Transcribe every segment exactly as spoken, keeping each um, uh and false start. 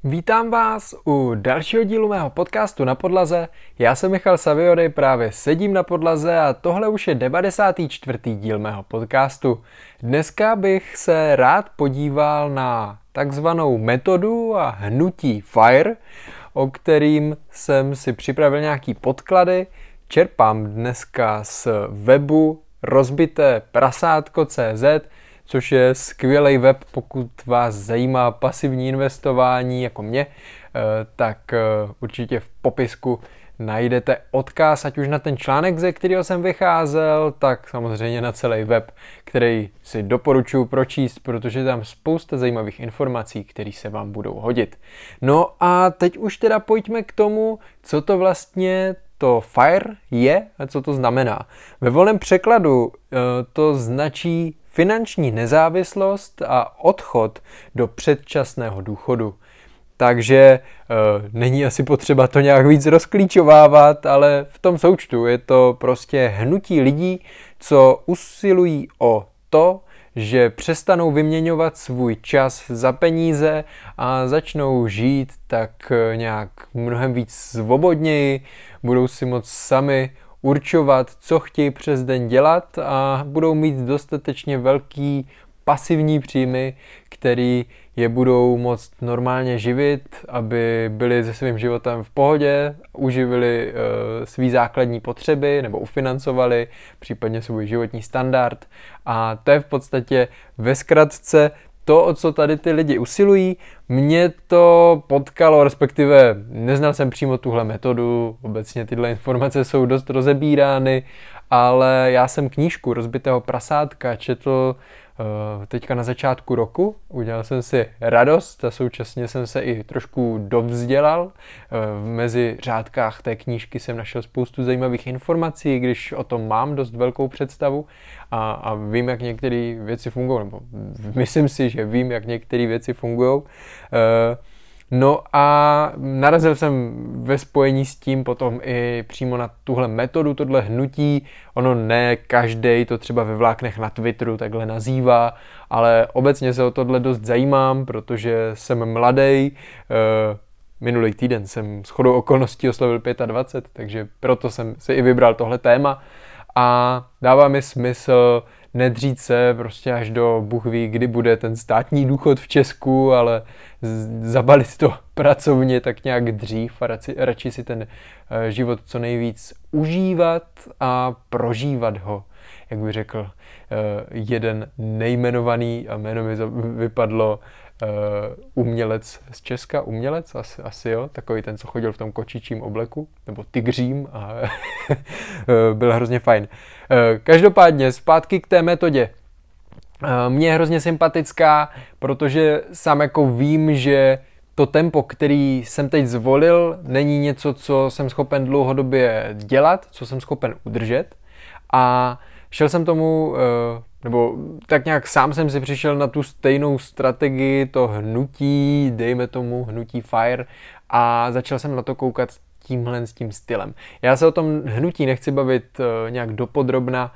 Vítám vás u dalšího dílu mého podcastu Na podlaze. Já jsem Michal Saviory, právě sedím na podlaze a tohle už je devadesátý čtvrtý díl mého podcastu. Dneska bych se rád podíval na takzvanou metodu a hnutí FIRE, o kterým jsem si připravil nějaký podklady. Čerpám dneska z webu rozbité prasátko tečka cé zet, což je skvělý web, pokud vás zajímá pasivní investování jako mě, tak určitě v popisku najdete odkaz, ať už na ten článek, ze kterého jsem vycházel, tak samozřejmě na celý web, který si doporučuji pročíst, protože tam spousta zajímavých informací, které se vám budou hodit. No a teď už teda pojďme k tomu, co to vlastně to FIRE je a co to znamená. Ve volném překladu to značí finanční nezávislost a odchod do předčasného důchodu. Takže e, není asi potřeba to nějak víc rozklíčovávat, ale v tom součtu je to prostě hnutí lidí, co usilují o to, že přestanou vyměňovat svůj čas za peníze a začnou žít tak nějak mnohem víc svobodněji, budou si moct sami určovat, co chtějí přes den dělat a budou mít dostatečně velký pasivní příjmy, který je budou moct normálně živit, aby byli se svým životem v pohodě, uživili e, svý základní potřeby nebo ufinancovali případně svůj životní standard. A to je v podstatě ve zkratce to, o co tady ty lidi usilují. Mě to potkalo, respektive neznal jsem přímo tuhle metodu, obecně tyhle informace jsou dost rozebírány, ale já jsem knížku Rozbitého prasátka četl uh, teďka na začátku roku, udělal jsem si radost a současně jsem se i trošku dovzdělal. Uh, v mezi řádkách té knížky jsem našel spoustu zajímavých informací, když o tom mám dost velkou představu a, a vím, jak některé věci fungují, nebo myslím si, že vím, jak některé věci fungují. Uh, No a narazil jsem ve spojení s tím potom i přímo na tuhle metodu, tohle hnutí. Ono ne každej to třeba ve vláknech na Twitteru takhle nazývá, ale obecně se o tohle dost zajímám, protože jsem mladej. Minulý týden jsem shodou okolností oslavil dvacet pět, takže proto jsem si i vybral tohle téma a dává mi smysl nedřít se prostě až do Bůh ví, kdy bude ten státní důchod v Česku, ale zabalit to pracovně tak nějak dřív a radši, radši si ten život co nejvíc užívat a prožívat ho, jak by řekl jeden nejmenovaný, a jméno mi vypadlo, Uh, umělec z Česka, umělec, asi, asi jo, takový ten, co chodil v tom kočičím obleku, nebo tygřím a byl hrozně fajn. Uh, každopádně zpátky k té metodě. Uh, mně je hrozně sympatická, protože sám jako vím, že to tempo, který jsem teď zvolil, není něco, co jsem schopen dlouhodobě dělat, co jsem schopen udržet a šel jsem tomu, nebo tak nějak sám jsem si přišel na tu stejnou strategii, to hnutí, dejme tomu hnutí FIRE a začal jsem na to koukat tímhle s tím stylem. Já se o tom hnutí nechci bavit nějak dopodrobna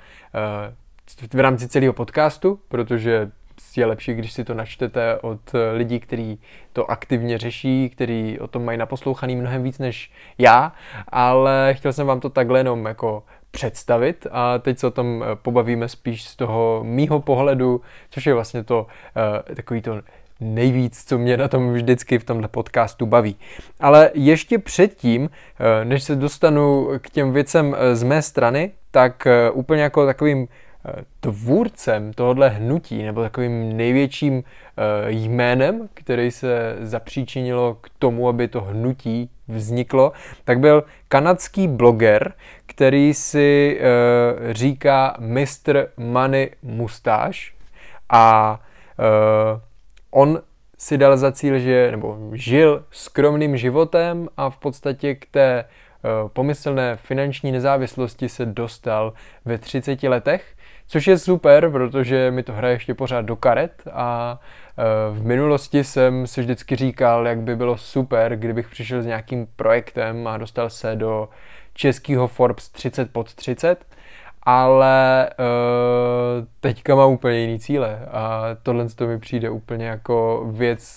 v rámci celého podcastu, protože je lepší, když si to načtete od lidí, kteří to aktivně řeší, kteří o tom mají naposlouchaný mnohem víc než já, ale chtěl jsem vám to takhle jenom jako představit a teď se o tom pobavíme spíš z toho mýho pohledu, což je vlastně to uh, takový to nejvíc, co mě na tom vždycky v tomhle podcastu baví. Ale ještě předtím, uh, než se dostanu k těm věcem z mé strany, tak uh, úplně jako takovým tvůrcem tohohle hnutí, nebo takovým největším uh, jménem, který se zapříčinilo k tomu, aby to hnutí vzniklo, tak byl kanadský bloger, který si uh, říká mister Money Mustache a uh, on si dal za cíl, že nebo žil skromným životem a v podstatě k té uh, pomyslné finanční nezávislosti se dostal ve třiceti letech, což je super, protože mi to hraje ještě pořád do karet a uh, v minulosti jsem si vždycky říkal, jak by bylo super, kdybych přišel s nějakým projektem a dostal se do českého Forbes třicet pod třicet, ale uh, teďka mám úplně jiný cíle a tohle to mi přijde úplně jako věc,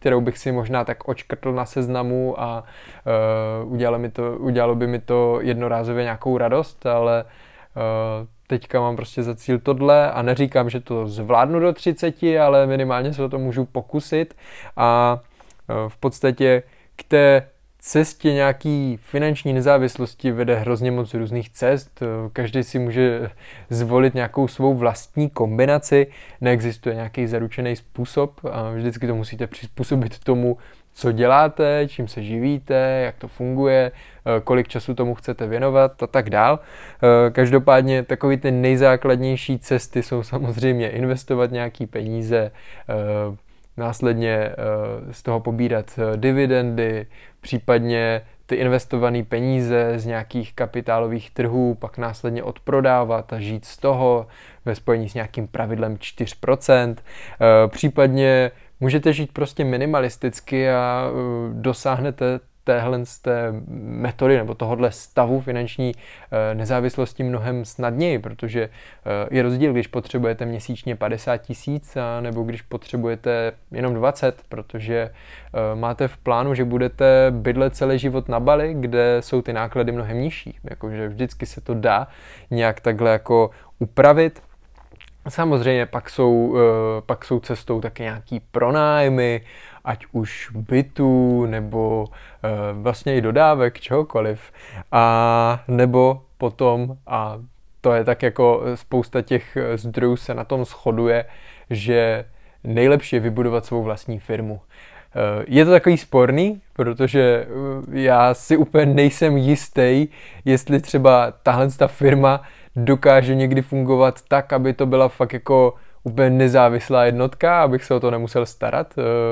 kterou bych si možná tak očkrtl na seznamu a uh, udělalo, mi to, udělalo by mi to jednorázově nějakou radost, ale uh, teďka mám prostě za cíl tohle a neříkám, že to zvládnu do třiceti, ale minimálně se o to můžu pokusit a uh, v podstatě k té cestě nějaký finanční nezávislosti vede hrozně moc různých cest. Každý si může zvolit nějakou svou vlastní kombinaci. Neexistuje nějaký zaručený způsob a vždycky to musíte přizpůsobit tomu, co děláte, čím se živíte, jak to funguje, kolik času tomu chcete věnovat a tak dál. Každopádně takový ty nejzákladnější cesty jsou samozřejmě investovat nějaký peníze, následně z toho pobírat dividendy, případně ty investované peníze z nějakých kapitálových trhů pak následně odprodávat a žít z toho ve spojení s nějakým pravidlem čtyři procenta. Případně můžete žít prostě minimalisticky a dosáhnete téhle z té metody nebo tohohle stavu finanční nezávislosti mnohem snadněji, protože je rozdíl, když potřebujete měsíčně padesát tisíc a nebo když potřebujete jenom dvacet, protože máte v plánu, že budete bydlet celý život na Bali, kde jsou ty náklady mnohem nižší. Jakože vždycky se to dá nějak takhle jako upravit. Samozřejmě pak jsou, pak jsou cestou také nějaký pronájmy, ať už bytů, nebo vlastně i dodávek, čehokoliv. A nebo potom, a to je tak jako spousta těch zdrojů se na tom shoduje, že nejlepší je vybudovat svou vlastní firmu. Je to takový sporný, protože já si úplně nejsem jistý, jestli třeba tahle ta firma dokáže někdy fungovat tak, aby to byla fakt jako úplně nezávislá jednotka, abych se o to nemusel starat,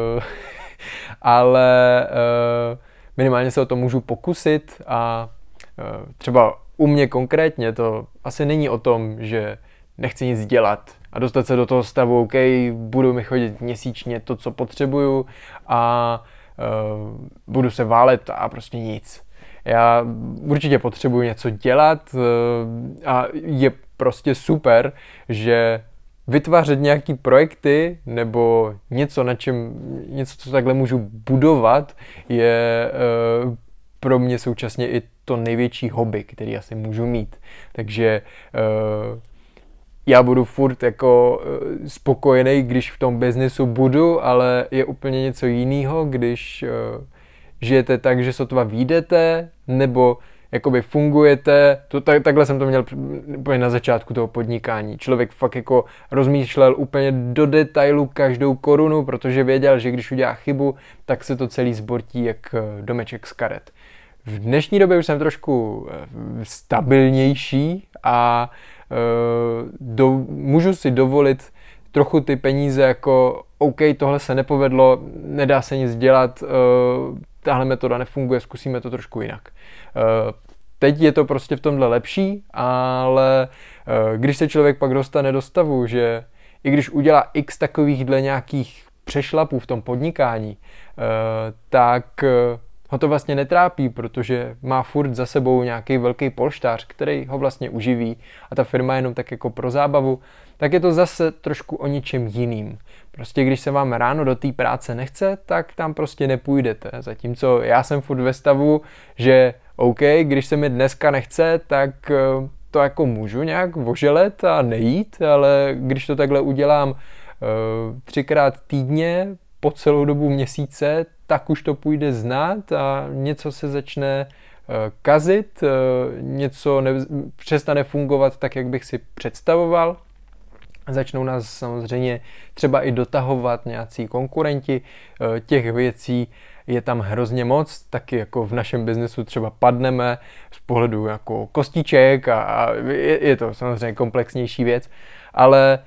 ale minimálně se o to můžu pokusit a třeba u mě konkrétně to asi není o tom, že nechci nic dělat a dostat se do toho stavu, OK, budu mi chodit měsíčně to, co potřebuju a budu se válet a prostě nic. Já určitě potřebuji něco dělat a je prostě super, že vytvářet nějaký projekty nebo něco, na čem, něco, co takhle můžu budovat, je pro mě současně i to největší hobby, který asi můžu mít. Takže já budu furt jako spokojený, když v tom biznesu budu, ale je úplně něco jiného, když žijete tak, že sotva vyjdete, nebo jakoby fungujete, to, tak, takhle jsem to měl úplně na začátku toho podnikání. Člověk fakt jako rozmýšlel úplně do detailu každou korunu, protože věděl, že když udělá chybu, tak se to celý zbortí jak domeček z karet. V dnešní době už jsem trošku stabilnější a uh, do, můžu si dovolit trochu ty peníze jako OK, tohle se nepovedlo, nedá se nic dělat, uh, tahle metoda nefunguje, zkusíme to trošku jinak. Uh, teď je to prostě v tomhle lepší, ale uh, když se člověk pak dostane do stavu, že i když udělá x takovýchhle nějakých přešlapů v tom podnikání, uh, tak uh, ho to vlastně netrápí, protože má furt za sebou nějaký velký polštář, který ho vlastně uživí a ta firma je jenom tak jako pro zábavu, tak je to zase trošku o ničem jiným. Prostě když se vám ráno do té práce nechce, tak tam prostě nepůjdete. Zatímco já jsem furt ve stavu, že OK, když se mi dneska nechce, tak to jako můžu nějak oželet a nejít, ale když to takhle udělám uh, třikrát týdně po celou dobu měsíce, tak už to půjde znát a něco se začne uh, kazit, uh, něco ne- přestane fungovat tak, jak bych si představoval. Začnou nás samozřejmě třeba i dotahovat nějací konkurenti, těch věcí je tam hrozně moc, taky jako v našem biznesu třeba padneme z pohledu jako kostiček a, a je, je to samozřejmě komplexnější věc, ale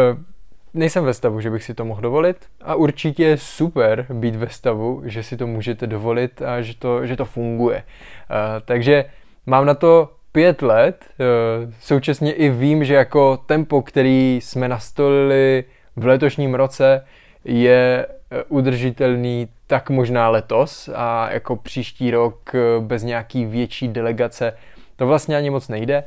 nejsem ve stavu, že bych si to mohl dovolit a určitě je super být ve stavu, že si to můžete dovolit a že to, že to funguje. Takže mám na to pět let, současně i vím, že jako tempo, který jsme nastolili v letošním roce, je udržitelný tak možná letos a jako příští rok bez nějaký větší delegace to vlastně ani moc nejde.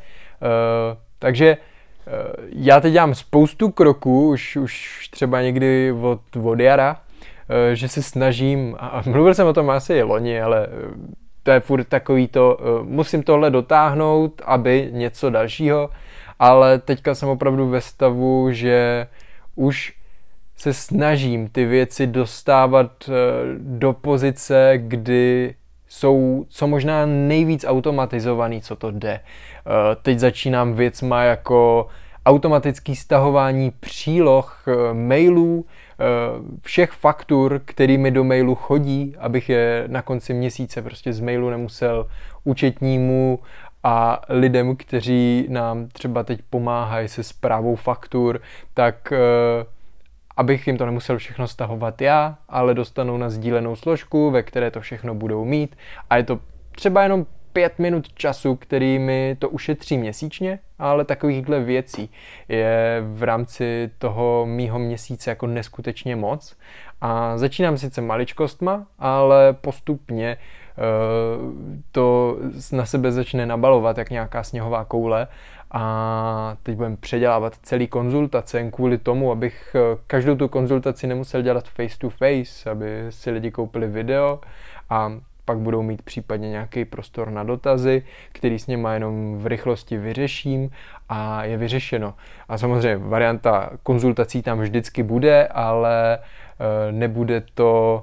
Takže já teď dělám spoustu kroků, už, už třeba někdy od, od jara, že se snažím, a mluvil jsem o tom asi loni, ale to je furt takový to, musím tohle dotáhnout, aby něco dalšího, ale teďka jsem opravdu ve stavu, že už se snažím ty věci dostávat do pozice, kdy jsou co možná nejvíc automatizovaný, co to jde. Teď začínám věcma jako automatický stahování příloh, mailů, všech faktur, který mi do mailu chodí, abych je na konci měsíce prostě z mailu nemusel účetnímu a lidem, kteří nám třeba teď pomáhají se správou faktur, tak abych jim to nemusel všechno stahovat já, ale dostanou na sdílenou složku, ve které to všechno budou mít a je to třeba jenom pět minut času, který mi to ušetří měsíčně, ale takovýchhle věcí je v rámci toho mýho měsíce jako neskutečně moc a začínám sice maličkostma, ale postupně uh, to na sebe začne nabalovat jak nějaká sněhová koule a teď budeme předělávat celý konzultace jen kvůli tomu, abych každou tu konzultaci nemusel dělat face to face, aby si lidi koupili video a pak budou mít případně nějaký prostor na dotazy, který s nima jenom v rychlosti vyřeším a je vyřešeno. A samozřejmě varianta konzultací tam vždycky bude, ale e, nebude to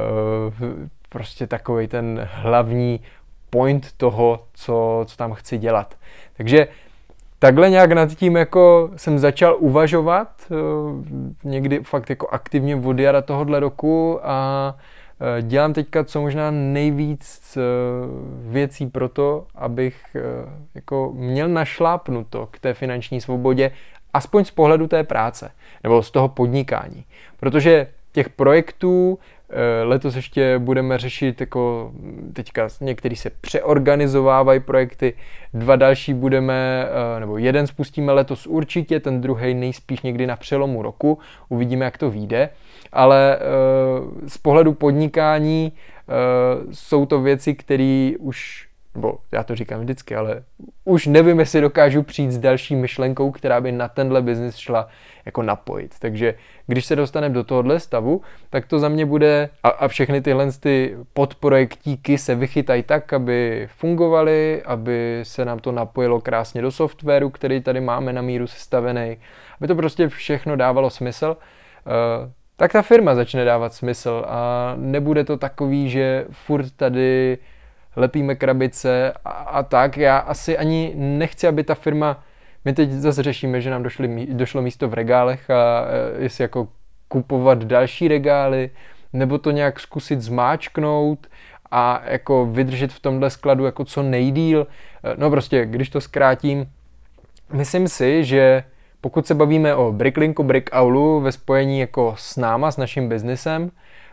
e, prostě takovej ten hlavní point toho, co, co tam chci dělat. Takže takhle nějak nad tím jako jsem začal uvažovat, e, někdy fakt jako aktivně od jara tohohle roku a dělám teďka co možná nejvíc věcí pro to, abych jako měl našlápnuto k té finanční svobodě, aspoň z pohledu té práce, nebo z toho podnikání. Protože těch projektů letos ještě budeme řešit, jako teďka některý se přeorganizovávají projekty, dva další budeme, nebo jeden spustíme letos určitě, ten druhý nejspíš někdy na přelomu roku, uvidíme, jak to vyjde, ale z pohledu podnikání jsou to věci, které už, nebo já to říkám vždycky, ale už nevím, jestli dokážu přijít s další myšlenkou, která by na tenhle biznis šla jako napojit. Takže když se dostaneme do tohohle stavu, tak to za mě bude, a, a všechny tyhle ty podprojektíky se vychytají tak, aby fungovaly, aby se nám to napojilo krásně do softwaru, který tady máme na míru sestavený, aby to prostě všechno dávalo smysl, uh, tak ta firma začne dávat smysl a nebude to takový, že furt tady lepíme krabice a, a tak. Já asi ani nechci, aby ta firma, my teď zase řešíme, že nám došli, došlo místo v regálech a jestli jako kupovat další regály, nebo to nějak zkusit zmáčknout a jako vydržet v tomhle skladu jako co nejdýl. No prostě, když to zkrátím, myslím si, že pokud se bavíme o Bricklinku, Brickaulu ve spojení jako s náma, s naším biznesem,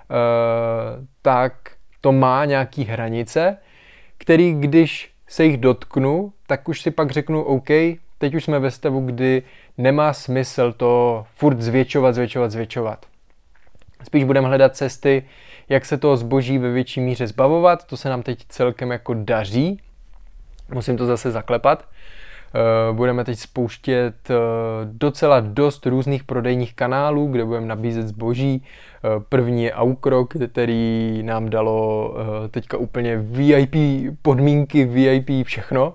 tak to má nějaký hranice, který když se jich dotknu, tak už si pak řeknu OK, teď už jsme ve stavu, kdy nemá smysl to furt zvětšovat, zvětšovat, zvětšovat. Spíš budeme hledat cesty, jak se toho zboží ve větší míře zbavovat, to se nám teď celkem jako daří, musím to zase zaklepat. Budeme teď spouštět docela dost různých prodejních kanálů, kde budeme nabízet zboží. První je Aukro, který nám dalo teďka úplně V I P podmínky, V I P všechno.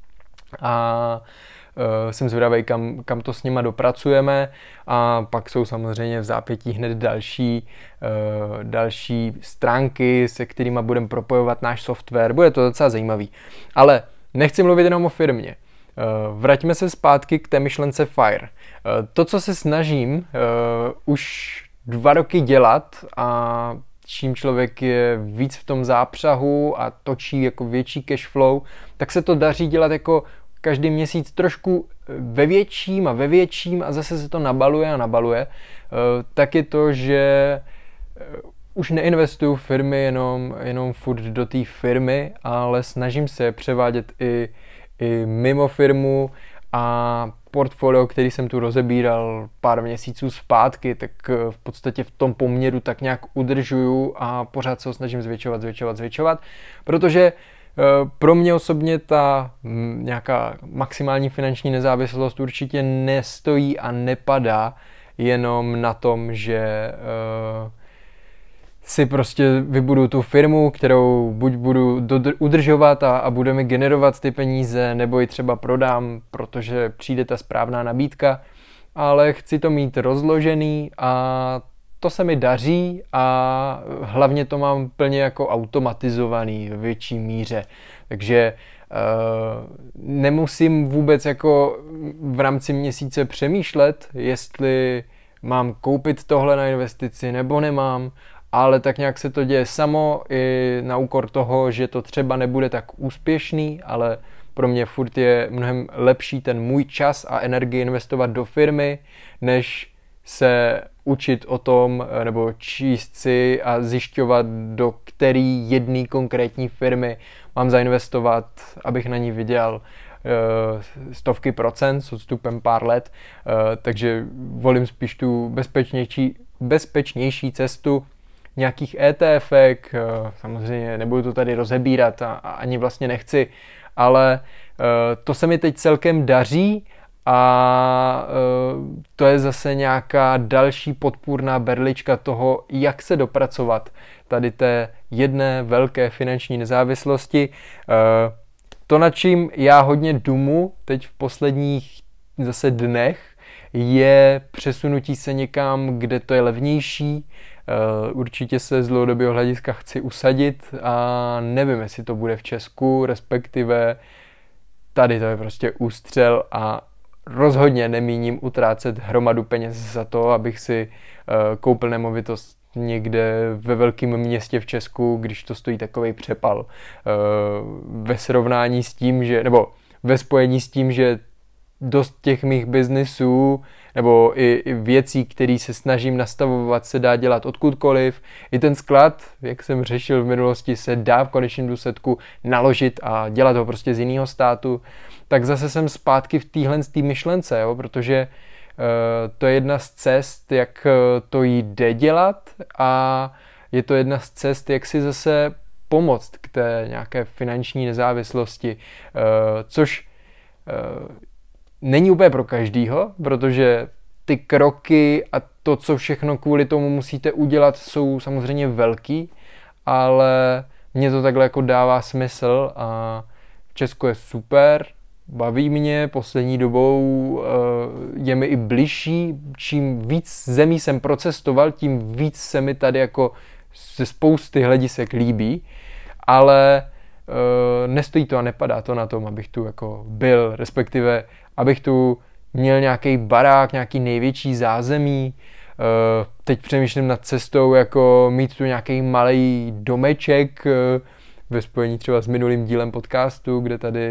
A jsem zvědavý, kam, kam to s nima dopracujeme. A pak jsou samozřejmě v zápětí hned další, další stránky, se kterými budeme propojovat náš software. Bude to docela zajímavý. Ale nechci mluvit jenom o firmě. Vraťme se zpátky k té myšlence FIRE. To, co se snažím uh, už dva roky dělat a čím člověk je víc v tom zápřahu a točí jako větší cash flow, tak se to daří dělat jako každý měsíc trošku ve větším a ve větším a zase se to nabaluje a nabaluje. Uh, tak je to, že už neinvestuju firmy jenom, jenom furt do té firmy, ale snažím se převádět i i mimo firmu a portfolio, který jsem tu rozebíral pár měsíců zpátky, tak v podstatě v tom poměru tak nějak udržuju a pořád se ho snažím zvětšovat, zvětšovat, zvětšovat, protože pro mě osobně ta nějaká maximální finanční nezávislost určitě nestojí a nepadá jenom na tom, že si prostě vybudu tu firmu, kterou buď budu dodr- udržovat a, a bude mi generovat ty peníze, nebo ji třeba prodám, protože přijde ta správná nabídka, ale chci to mít rozložený a to se mi daří a hlavně to mám plně jako automatizovaný v větší míře. Takže uh, nemusím vůbec jako v rámci měsíce přemýšlet, jestli mám koupit tohle na investici nebo nemám, ale tak nějak se to děje samo i na úkor toho, že to třeba nebude tak úspěšný, ale pro mě furt je mnohem lepší ten můj čas a energii investovat do firmy, než se učit o tom nebo číst si a zjišťovat, do který jedné konkrétní firmy mám zainvestovat, abych na ní vydělal stovky procent s odstupem pár let, takže volím spíš tu bezpečnější, bezpečnější cestu nějakých ETFek, samozřejmě nebudu to tady rozebírat a, a ani vlastně nechci, ale to se mi teď celkem daří a to je zase nějaká další podpůrná berlička toho, jak se dopracovat tady té jedné velké finanční nezávislosti. To, nad čím já hodně dumu teď v posledních zase dnech, je přesunutí se někam, kde to je levnější. Určitě se z dlouhodobého hlediska chci usadit a nevím, jestli to bude v Česku, respektive tady to je prostě ústřel a rozhodně nemíním utrácet hromadu peněz za to, abych si koupil nemovitost někde ve velkém městě v Česku, když to stojí takovej přepal. Ve srovnání s tím, že, nebo ve spojení s tím, že dost těch mých biznisů nebo i, i věcí, které se snažím nastavovat, se dá dělat odkudkoliv. I ten sklad, jak jsem řešil v minulosti, se dá v konečném důsledku naložit a dělat ho prostě z jiného státu. Tak zase jsem zpátky v téhle myšlence, jo, protože uh, to je jedna z cest, jak to jde dělat a je to jedna z cest, jak si zase pomoct k té nějaké finanční nezávislosti, uh, což uh, není úplně pro každýho, protože ty kroky a to, co všechno kvůli tomu musíte udělat, jsou samozřejmě velký, ale mně to takhle jako dává smysl a Česko je super, baví mě, poslední dobou je mi i bližší, čím víc zemí jsem procestoval, tím víc se mi tady jako ze spousty hledisek líbí, ale nestojí to a nepadá to na tom, abych tu jako byl, respektive abych tu měl nějaký barák, nějaký největší zázemí. Teď přemýšlím nad cestou, jako mít tu nějaký malý domeček ve spojení třeba s minulým dílem podcastu, kde tady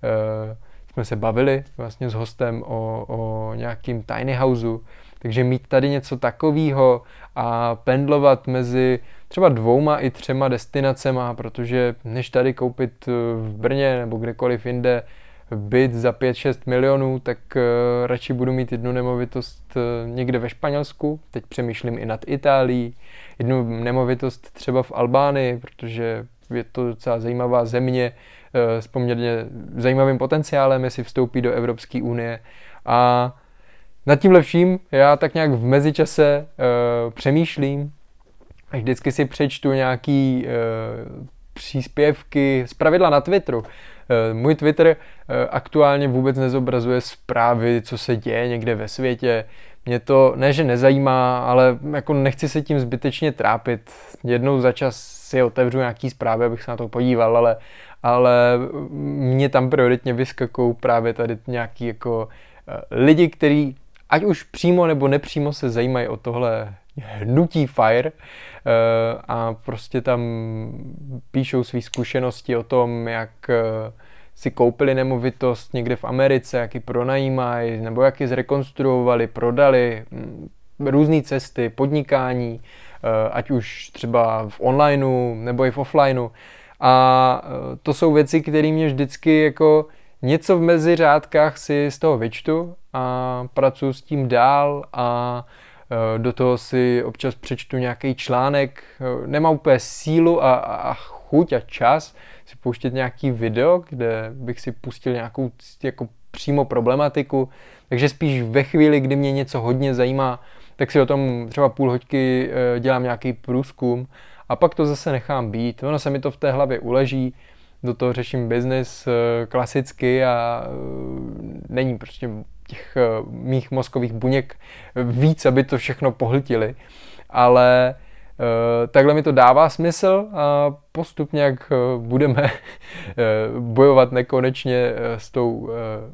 jsme se bavili vlastně s hostem o, o nějakým tiny houseu. Takže mít tady něco takového a pendlovat mezi třeba dvouma i třema destinacema, protože než tady koupit v Brně nebo kdekoliv jinde byt za pět šest milionů, tak uh, radši budu mít jednu nemovitost uh, někde ve Španělsku, teď přemýšlím i nad Itálií, jednu nemovitost třeba v Albánii, protože je to docela zajímavá země uh, s poměrně zajímavým potenciálem, jestli vstoupí do Evropské unie. A nad tímhle vším já tak nějak v mezičase uh, přemýšlím, až vždycky si přečtu nějaký uh, příspěvky, zpravidla na Twitteru. Uh, můj Twitter uh, aktuálně vůbec nezobrazuje zprávy, co se děje někde ve světě. Mě to ne, že nezajímá, ale jako nechci se tím zbytečně trápit. Jednou za čas si otevřu nějaký zprávy, abych se na to podíval, ale, ale mě tam prioritně vyskakují právě tady nějaký jako uh, lidi, kteří ať už přímo nebo nepřímo se zajímají o tohle hnutí FIRE a prostě tam píšou své zkušenosti o tom, jak si koupili nemovitost někde v Americe, jak ji pronajímají, nebo jak ji zrekonstruovali, prodali, různé cesty, podnikání, ať už třeba v onlineu nebo i v offlineu. A to jsou věci, které mě vždycky jako něco v meziřádkách si z toho vyčtu a pracuji s tím dál a do toho si občas přečtu nějaký článek. Nemám úplně sílu a, a chuť a čas si pouštět nějaký video, kde bych si pustil nějakou jako přímo problematiku. Takže spíš ve chvíli, kdy mě něco hodně zajímá tak si o tom třeba půl hoďky dělám nějaký průzkum a pak to zase nechám být. Ono se mi to v té hlavě uleží, do toho řeším biznis klasicky a není prostě těch mých mozkových buněk víc, aby to všechno pohltili. Ale takhle mi to dává smysl a postupně, jak budeme bojovat nekonečně s tou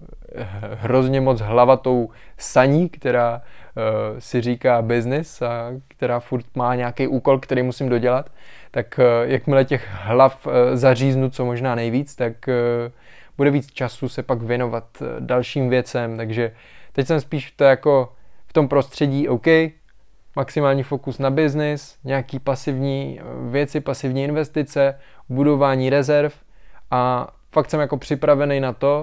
hrozně moc hlavatou saní, která si říká business a která furt má nějaký úkol, který musím dodělat, tak jakmile těch hlav zaříznu co možná nejvíc, tak bude víc času se pak věnovat dalším věcem, takže teď jsem spíš v, to jako v tom prostředí OK, maximální fokus na biznis, nějaký pasivní věci, pasivní investice, budování rezerv a fakt jsem jako připravený na to,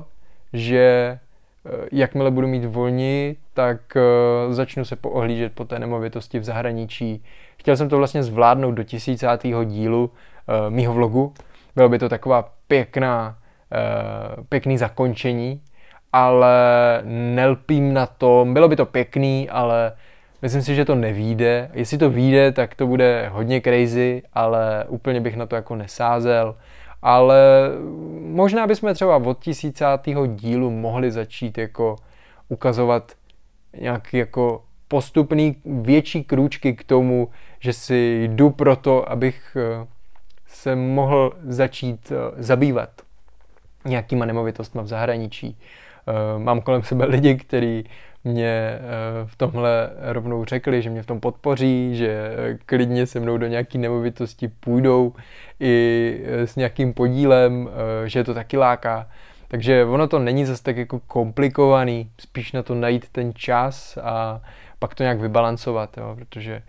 že jakmile budu mít volni, tak začnu se poohlížet po té nemovitosti v zahraničí. Chtěl jsem to vlastně zvládnout do tisícátého dílu mýho vlogu. Bylo by to taková pěkná, pěkný zakončení, ale nelpím na to. Bylo by to pěkný, ale myslím si, že to nevyjde. Jestli to vyjde, tak to bude hodně crazy, ale úplně bych na to jako nesázel. Ale možná bychom třeba od tisícátého dílu mohli začít jako ukazovat nějaký jako postupný větší krůčky k tomu, že si jdu pro to, abych se mohl začít zabývat nějakýma nemovitostma v zahraničí. Mám kolem sebe lidi, kteří mě v tomhle rovnou řekli, že mě v tom podpoří, že klidně se mnou do nějaký nemovitosti půjdou i s nějakým podílem, že to taky láká. Takže ono to není zase tak jako komplikovaný, spíš na to najít ten čas a pak to nějak vybalancovat, jo, protože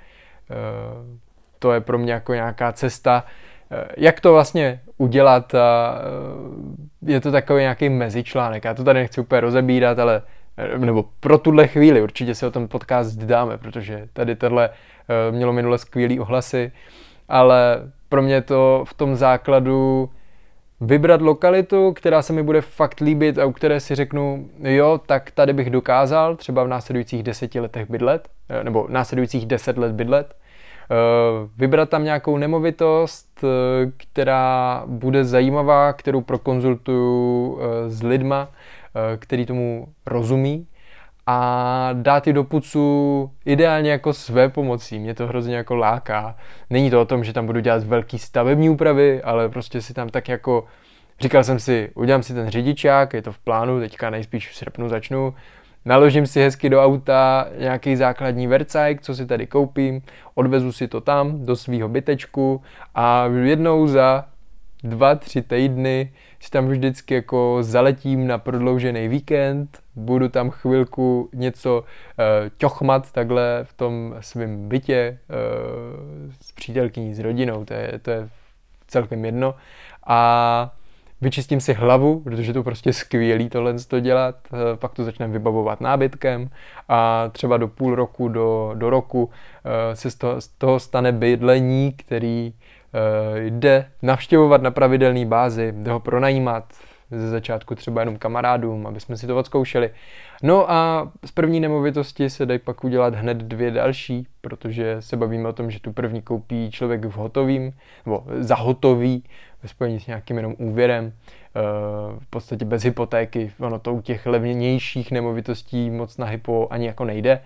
to je pro mě jako nějaká cesta, jak to vlastně udělat a je to takový nějaký mezičlánek. Já to tady nechci úplně rozebírat, ale nebo pro tuhle chvíli určitě si o tom podcast dáme, protože tady tohle mělo minule skvělý ohlasy, ale pro mě to v tom základu vybrat lokalitu, která se mi bude fakt líbit a u které si řeknu, jo, tak tady bych dokázal třeba v následujících deseti letech bydlet, nebo následujících deset let bydlet, vybrat tam nějakou nemovitost, která bude zajímavá, kterou prokonzultuju s lidma, který tomu rozumí a dát ji do pucu ideálně jako své pomocí. Mě to hrozně jako láká. Není to o tom, že tam budu dělat velký stavební úpravy, ale prostě si tam tak jako říkal jsem si, udělám si ten řidičák, je to v plánu, teďka nejspíš v srpnu začnu, naložím si hezky do auta nějaký základní vercajk, co si tady koupím, odvezu si to tam do svýho bytečku a jednou za dva, tři týdny si tam vždycky jako zaletím na prodloužený víkend, budu tam chvilku něco uh, ťochmat takhle v tom svém bytě uh, s přítelkyní, s rodinou, to je, to je celkem jedno a vyčistím si hlavu, protože to prostě skvělý tohle to dělat, uh, pak to začneme vybavovat nábytkem a třeba do půl roku, do, do roku uh, se z toho, z toho stane bydlení, který jde navštěvovat na pravidelné bázi, jde ho pronajímat ze začátku třeba jenom kamarádům, aby jsme si to odzkoušeli. No a z první nemovitosti se dají pak udělat hned dvě další, protože se bavíme o tom, že tu první koupí člověk v hotovým, nebo za hotový, ve spojení s nějakým jenom úvěrem, v podstatě bez hypotéky. Ono to u těch levnějších nemovitostí moc na hypo ani jako nejde.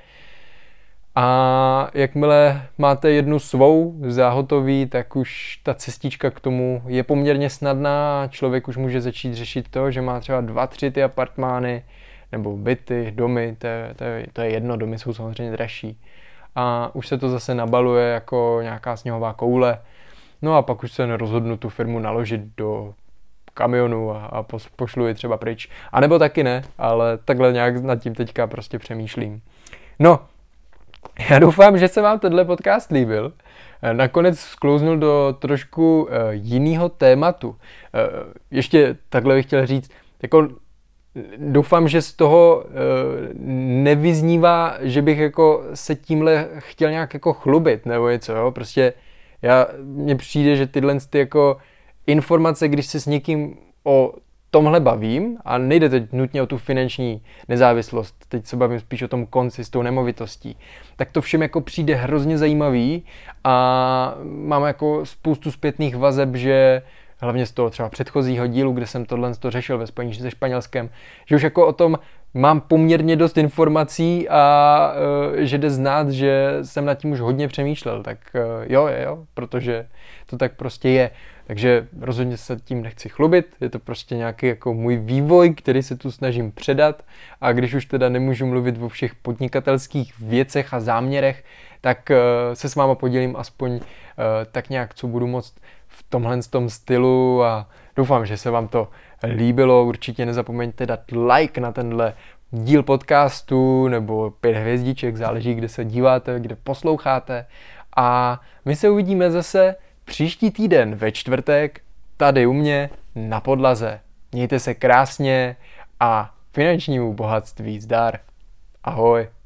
A jakmile máte jednu svou za hotový, tak už ta cestička k tomu je poměrně snadná a člověk už může začít řešit to, že má třeba dva, tři ty apartmány nebo byty, domy, to je, to je, to je jedno, domy jsou samozřejmě dražší. A už se to zase nabaluje jako nějaká sněhová koule. No a pak už se rozhodnu tu firmu naložit do kamionu a, a pošlu ji třeba pryč. A nebo taky ne, ale takhle nějak nad tím teďka prostě přemýšlím. No, já doufám, že se vám tenhle podcast líbil. Nakonec sklouznul do trošku uh, jiného tématu. Uh, ještě takhle bych chtěl říct, jako doufám, že z toho uh, nevyznívá, že bych jako se tímhle chtěl nějak jako chlubit nebo něco, jo? Prostě já, mně přijde, že tyhle ty jako informace, když se s někým o tomhle bavím, a nejde teď nutně o tu finanční nezávislost, teď se bavím spíš o tom konci s tou nemovitostí, tak to všem jako přijde hrozně zajímavý a mám jako spoustu zpětných vazeb, že hlavně z toho třeba předchozího dílu, kde jsem tohle to řešil ve spojení se Španělskem, že už jako o tom mám poměrně dost informací a uh, že jde znát, že jsem nad tím už hodně přemýšlel, tak uh, jo, jo, protože to tak prostě je. Takže rozhodně se tím nechci chlubit, je to prostě nějaký jako můj vývoj, který se tu snažím předat, a když už teda nemůžu mluvit o všech podnikatelských věcech a záměrech, tak uh, se s váma podělím aspoň uh, tak nějak, co budu moct v tomhle tom stylu, a doufám, že se vám to líbilo. Určitě nezapomeňte dát like na tenhle díl podcastu nebo pět hvězdiček, záleží, kde se díváte, kde posloucháte, a my se uvidíme zase příští týden ve čtvrtek tady u mě na podlaze. Mějte se krásně a finančnímu bohatství zdar. Ahoj.